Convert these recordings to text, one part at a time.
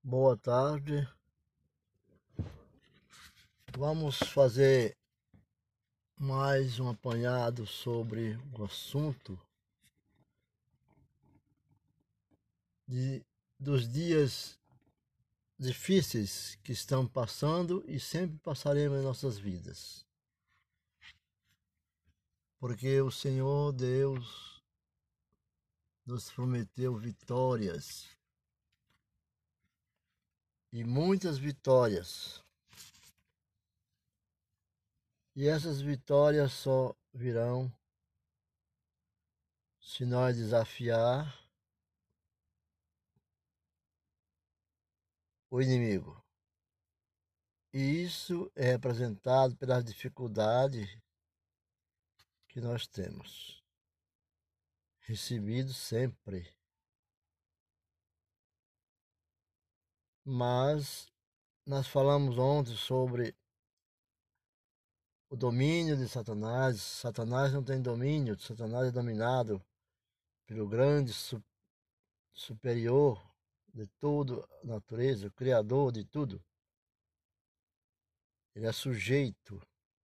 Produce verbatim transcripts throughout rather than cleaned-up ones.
Boa tarde. Vamos fazer mais um apanhado sobre o assunto de, dos dias difíceis que estão passando e sempre passaremos em nossas vidas. Porque o Senhor Deus nos prometeu vitórias e muitas vitórias. E essas vitórias só virão se nós desafiar o inimigo. E isso é representado pelas dificuldades que nós temos recebido sempre. Mas nós falamos ontem sobre o domínio de Satanás. Satanás não tem domínio, Satanás é dominado pelo grande su superior de toda a natureza, o criador de tudo. Ele é sujeito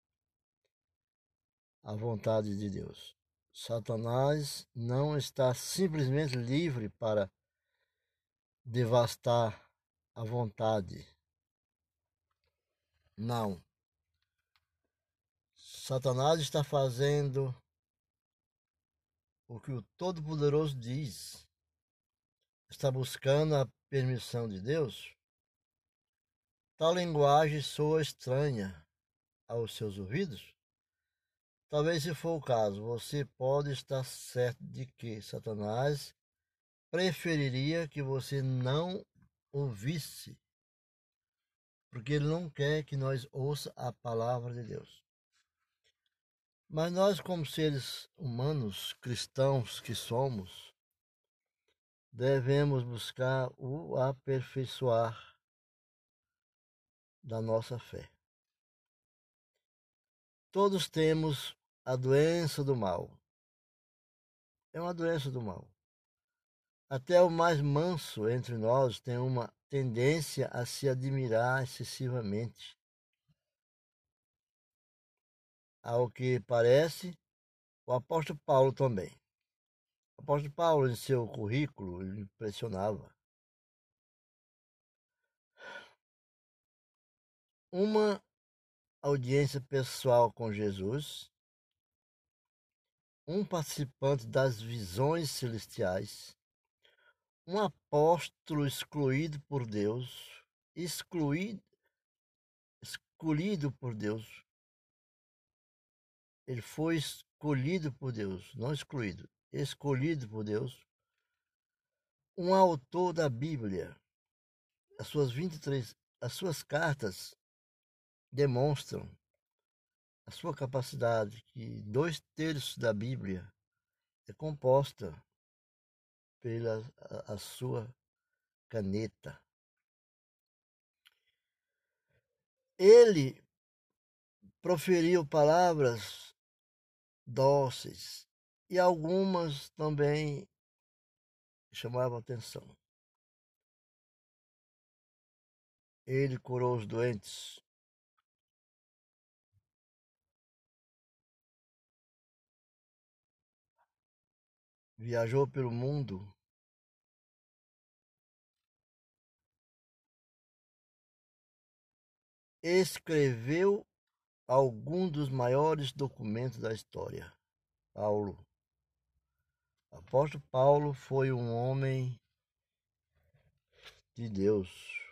à vontade de Deus. Satanás não está simplesmente livre para devastar a vontade. Não. Satanás está fazendo o que o Todo-Poderoso diz. Está buscando a permissão de Deus. Tal linguagem soa estranha aos seus ouvidos? Talvez, se for o caso, você pode estar certo de que Satanás preferiria que você não ouvisse, porque ele não quer que nós ouça a palavra de Deus. Mas nós, como seres humanos, cristãos que somos, devemos buscar o aperfeiçoar da nossa fé. Todos temos a doença do mal. É uma doença do mal. Até o mais manso entre nós tem uma tendência a se admirar excessivamente. Ao que parece, o apóstolo Paulo também. O apóstolo Paulo, em seu currículo, ele impressionava. Uma audiência pessoal com Jesus, um participante das visões celestiais, um apóstolo excluído por Deus, excluído, escolhido por Deus. Ele foi escolhido por Deus, não excluído, escolhido por Deus. Um autor da Bíblia, as suas vinte e três, as suas cartas demonstram a sua capacidade, que dois terços da Bíblia é composta pela a, a sua caneta. Ele proferiu palavras dóceis e algumas também chamavam atenção. Ele curou os doentes. Viajou pelo mundo. Escreveu alguns dos maiores documentos da história. Paulo. O apóstolo Paulo foi um homem de Deus.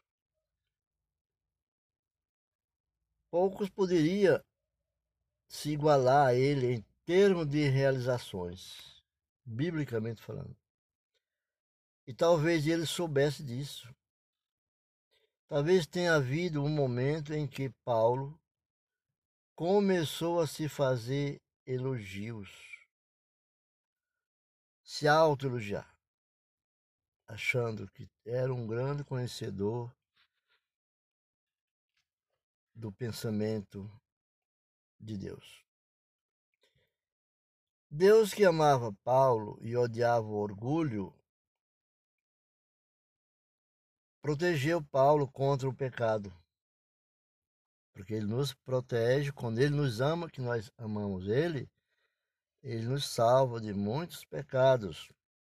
Poucos poderiam se igualar a ele em termos de realizações, biblicamente falando. E talvez ele soubesse disso. Talvez tenha havido um momento em que Paulo começou a se fazer elogios, se autoelogiar, achando que era um grande conhecedor do pensamento de Deus. Deus, que amava Paulo e odiava o orgulho, protegeu Paulo contra o pecado. Porque ele nos protege, quando ele nos ama, que nós amamos ele, ele nos salva de muitos pecados.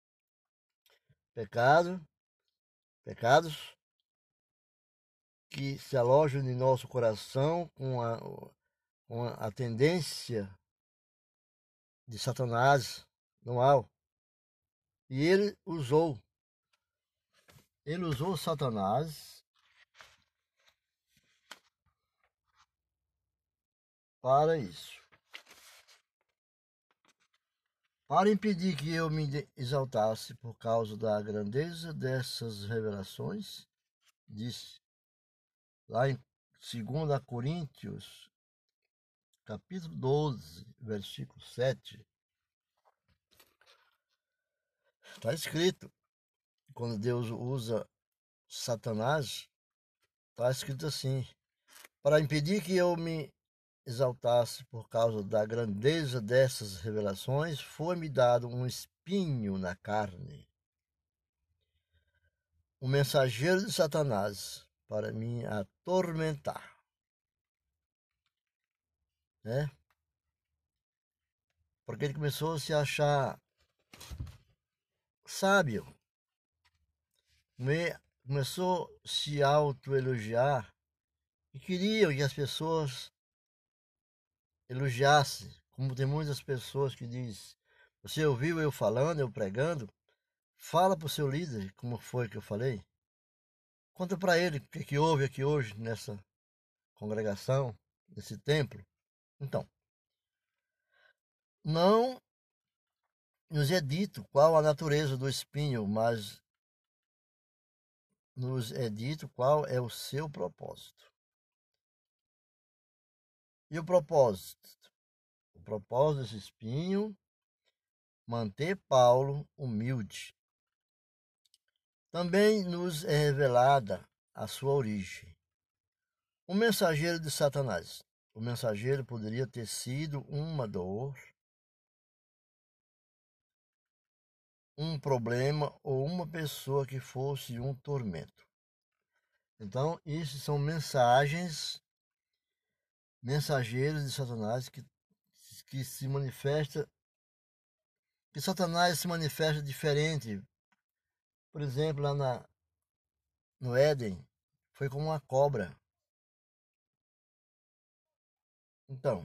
Pecado, pecados que se alojam em nosso coração com a, com a tendência de Satanás no mal. E ele usou, ele usou Satanás para isso. Para impedir que eu me exaltasse por causa da grandeza dessas revelações, disse lá em dois Coríntios, capítulo doze, versículo sete, está escrito, quando Deus usa Satanás, está escrito assim: para impedir que eu me exaltasse por causa da grandeza dessas revelações, foi-me dado um espinho na carne, um mensageiro de Satanás para me atormentar, né? Porque ele começou a se achar sábio, começou a se autoelogiar e queriam que as pessoas elogiassem, como tem muitas pessoas que dizem: você ouviu eu falando, eu pregando? Fala para o seu líder como foi que eu falei. Conta para ele o que, que houve aqui hoje nessa congregação, nesse templo. Então, não nos é dito qual a natureza do espinho, mas nos é dito qual é o seu propósito. E o propósito? O propósito desse espinho, manter Paulo humilde. Também nos é revelada a sua origem. O mensageiro de Satanás. O mensageiro poderia ter sido uma dor, um problema ou uma pessoa que fosse um tormento. Então, isso são mensagens, mensageiros de Satanás que, que se manifesta, que Satanás se manifesta diferente. Por exemplo, lá na, no Éden, foi como uma cobra. Então,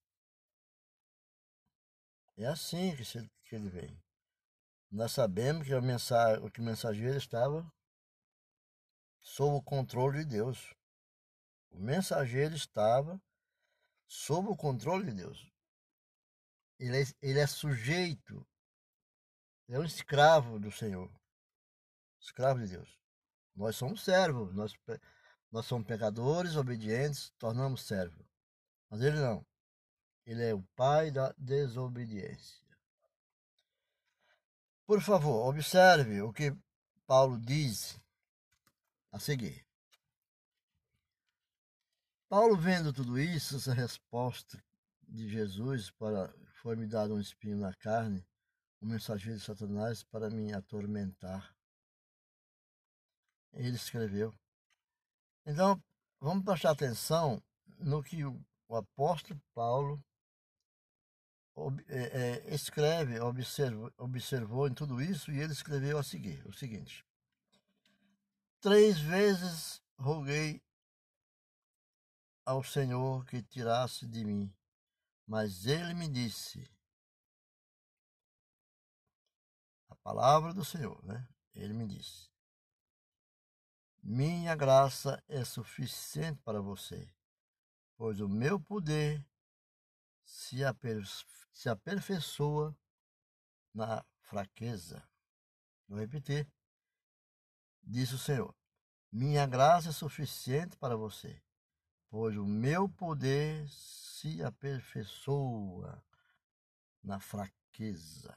é assim que, se, que ele vem. Nós sabemos que, a mensagem, que o mensageiro estava sob o controle de Deus. O mensageiro estava sob o controle de Deus. Ele é, ele é sujeito, é um escravo do Senhor, escravo de Deus. Nós somos servos, nós, nós somos pecadores, obedientes, tornamos servos. Mas ele não. Ele é o pai da desobediência. Por favor, observe o que Paulo diz a seguir. Paulo, vendo tudo isso, essa resposta de Jesus para foi-me dado um espinho na carne, um mensageiro de Satanás para me atormentar. Ele escreveu. Então, vamos prestar atenção no que o, o apóstolo Paulo ob, é, é, escreve, observou, observou em tudo isso, e ele escreveu a seguir, o seguinte: três vezes roguei ao Senhor que tirasse de mim, mas ele me disse, a palavra do Senhor, né? Ele me disse: minha graça é suficiente para você, pois o meu poder se, aper, se aperfeiçoa na fraqueza. Vou repetir. Disse o Senhor: minha graça é suficiente para você, pois o meu poder se aperfeiçoa na fraqueza.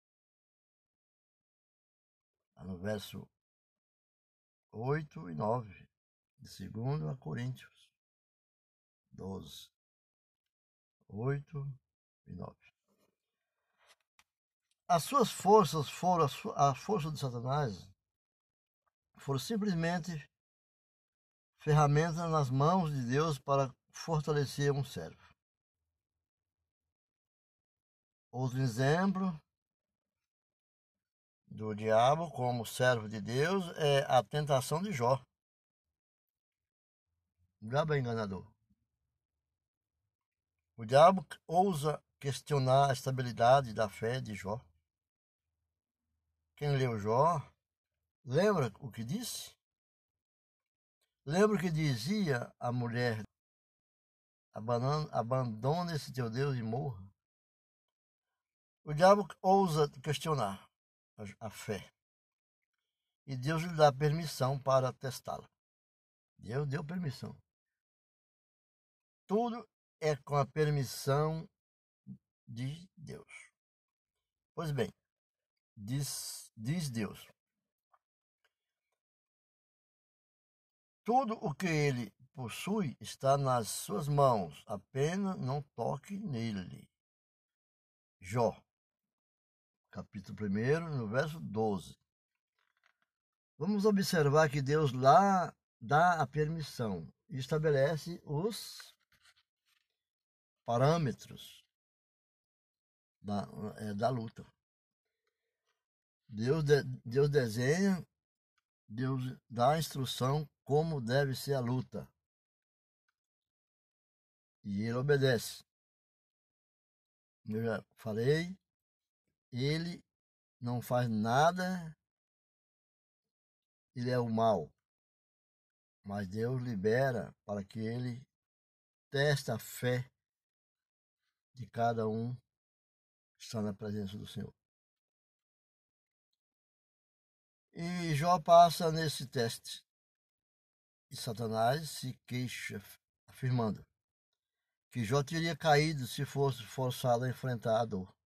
No verso oito e nove, de dois Coríntios doze, oito e nove. As suas forças foram a força de Satanás, foram simplesmente ferramentas nas mãos de Deus para fortalecer um servo. Outro exemplo do diabo como servo de Deus é a tentação de Jó. O diabo é enganador. O diabo ousa questionar a estabilidade da fé de Jó. Quem leu Jó, lembra o que disse? Lembra o que dizia a mulher: abandone esse teu Deus e morra. O diabo ousa questionar a fé. E Deus lhe dá permissão para testá-la. Deus deu permissão. Tudo é com a permissão de Deus. Pois bem, diz, diz Deus: tudo o que ele possui está nas suas mãos, apenas não toque nele. Jó, capítulo primeiro, no verso doze. Vamos observar que Deus lá dá a permissão e estabelece os parâmetros da, é, da luta. Deus, de, Deus desenha, Deus dá a instrução como deve ser a luta. E ele obedece. Eu já falei, ele não faz nada, ele é o mal. Mas Deus libera para que ele teste a fé de cada um que está na presença do Senhor. E Jó passa nesse teste. E Satanás se queixa, afirmando que Jó teria caído se fosse forçado a enfrentar a dor.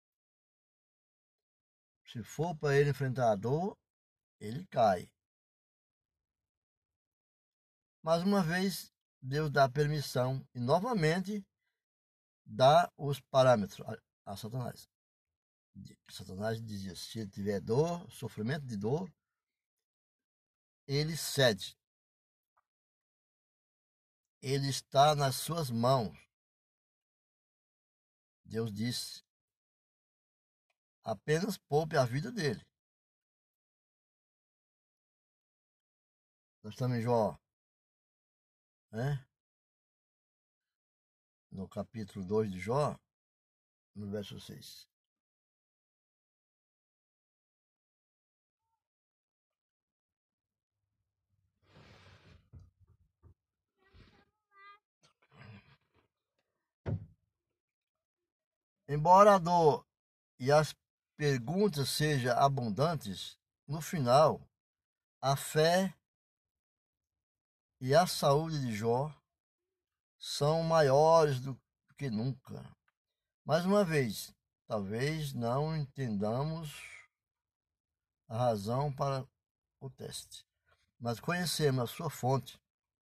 Se for para ele enfrentar a dor, ele cai. Mais uma vez, Deus dá permissão e novamente dá os parâmetros a, a Satanás. Satanás dizia: se ele tiver dor, sofrimento de dor, ele cede. Ele está nas suas mãos. Deus disse: apenas poupe a vida dele. Nós estamos em Jó, né? No capítulo dois de Jó, no verso seis. Embora a dor e as perguntas sejam abundantes, no final, a fé e a saúde de Jó são maiores do que nunca. Mais uma vez, talvez não entendamos a razão para o teste, mas conhecemos a sua fonte.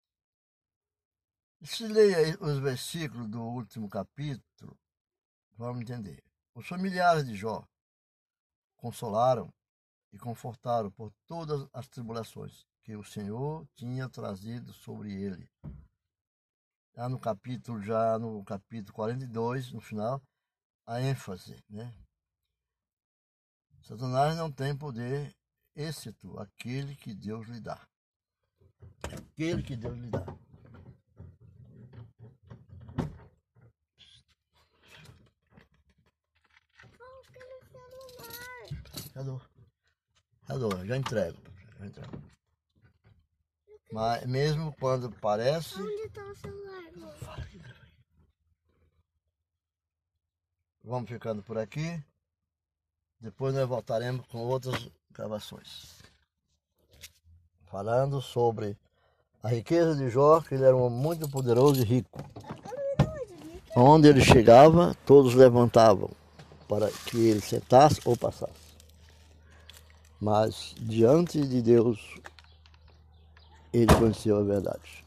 Se leia os versículos do último capítulo, vamos entender. Os familiares de Jó consolaram e confortaram por todas as tribulações que o Senhor tinha trazido sobre ele. Já no capítulo, já no capítulo quarenta e dois, no final, a ênfase, né? Satanás não tem poder, exceto aquele que Deus lhe dá. Aquele que Deus lhe dá. Cadê? Cadê? Já entrego. Já entrego. Mas mesmo quando parece... Onde está o celular, amor? Vamos ficando por aqui. Depois nós voltaremos com outras gravações. Falando sobre a riqueza de Jó, que ele era um homem muito poderoso e rico. Onde ele chegava, todos levantavam para que ele sentasse ou passasse. Mas diante de Deus, ele conheceu a verdade.